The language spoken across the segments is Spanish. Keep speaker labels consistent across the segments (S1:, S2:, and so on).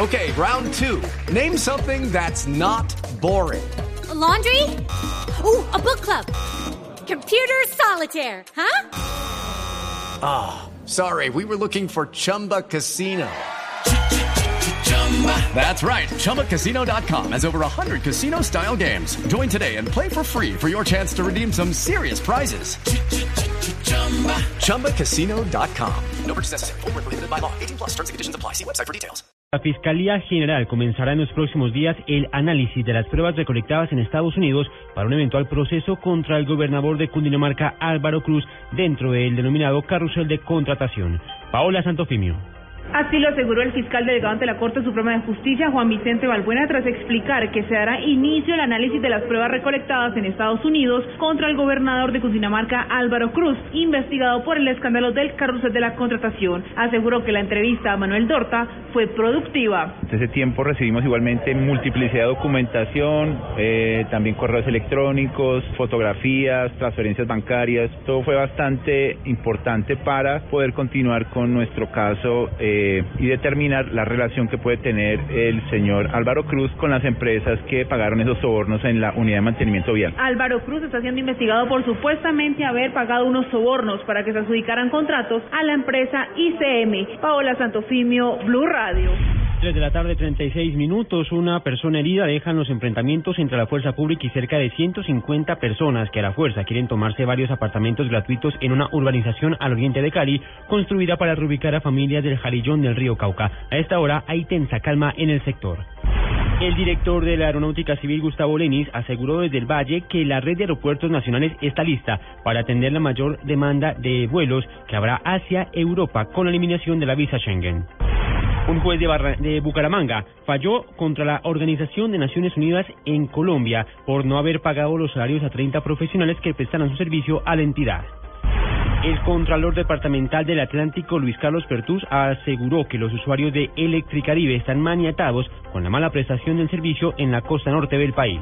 S1: Okay, round two. Name something that's not boring.
S2: A laundry? Ooh, a book club. Computer solitaire, huh?
S1: Ah, sorry, we were looking for Chumba Casino. That's right, ChumbaCasino.com has over 100 casino-style games. Join today and play for free for your chance to redeem some serious prizes. ChumbaCasino.com. No purchase necessary. Void where prohibited by law. 18+ terms and conditions apply. See website for details.
S3: La Fiscalía General comenzará en los próximos días el análisis de las pruebas recolectadas en Estados Unidos para un eventual proceso contra el gobernador de Cundinamarca, Álvaro Cruz, dentro del denominado carrusel de contratación. Paola Santofimio.
S4: Así lo aseguró el fiscal delegado ante la Corte Suprema de Justicia, Juan Vicente Balbuena, tras explicar que se dará inicio al análisis de las pruebas recolectadas en Estados Unidos contra el gobernador de Cundinamarca, Álvaro Cruz, investigado por el escándalo del carrusel de la contratación. Aseguró que la entrevista a Manuel Dorta fue productiva.
S5: Desde ese tiempo recibimos igualmente multiplicidad de documentación, también correos electrónicos, fotografías, transferencias bancarias. Todo fue bastante importante para poder continuar con nuestro caso y determinar la relación que puede tener el señor Álvaro Cruz con las empresas que pagaron esos sobornos en la unidad de mantenimiento vial.
S4: Álvaro Cruz está siendo investigado por supuestamente haber pagado unos sobornos para que se adjudicaran contratos a la empresa ICM. Paola Santofimio, Blue Radio.
S3: 3 de la tarde, 36 minutos. Una persona herida dejan los enfrentamientos entre la fuerza pública y cerca de 150 personas que a la fuerza quieren tomarse varios apartamentos gratuitos en una urbanización al oriente de Cali, construida para reubicar a familias del Jarillón del río Cauca. A esta hora hay tensa calma en el sector. El director de la Aeronáutica Civil, Gustavo Lenis, aseguró desde el Valle que la red de aeropuertos nacionales está lista para atender la mayor demanda de vuelos que habrá hacia Europa con la eliminación de la visa Schengen. Un juez de Bucaramanga falló contra la Organización de Naciones Unidas en Colombia por no haber pagado los salarios a 30 profesionales que prestaron su servicio a la entidad. El Contralor Departamental del Atlántico, Luis Carlos Pertús, aseguró que los usuarios de Electricaribe están maniatados con la mala prestación del servicio en la costa norte del país.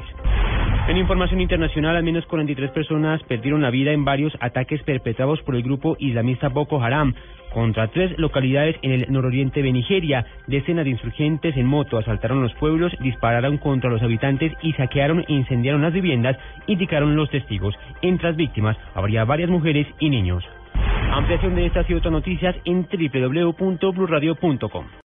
S3: En información internacional, al menos 43 personas perdieron la vida en varios ataques perpetrados por el grupo islamista Boko Haram contra 3 localidades en el nororiente de Nigeria. Decenas de insurgentes en moto asaltaron los pueblos, dispararon contra los habitantes y saquearon e incendiaron las viviendas, indicaron los testigos. Entre las víctimas habría varias mujeres y niños. Ampliación de estas y otras noticias en www.bluradio.com.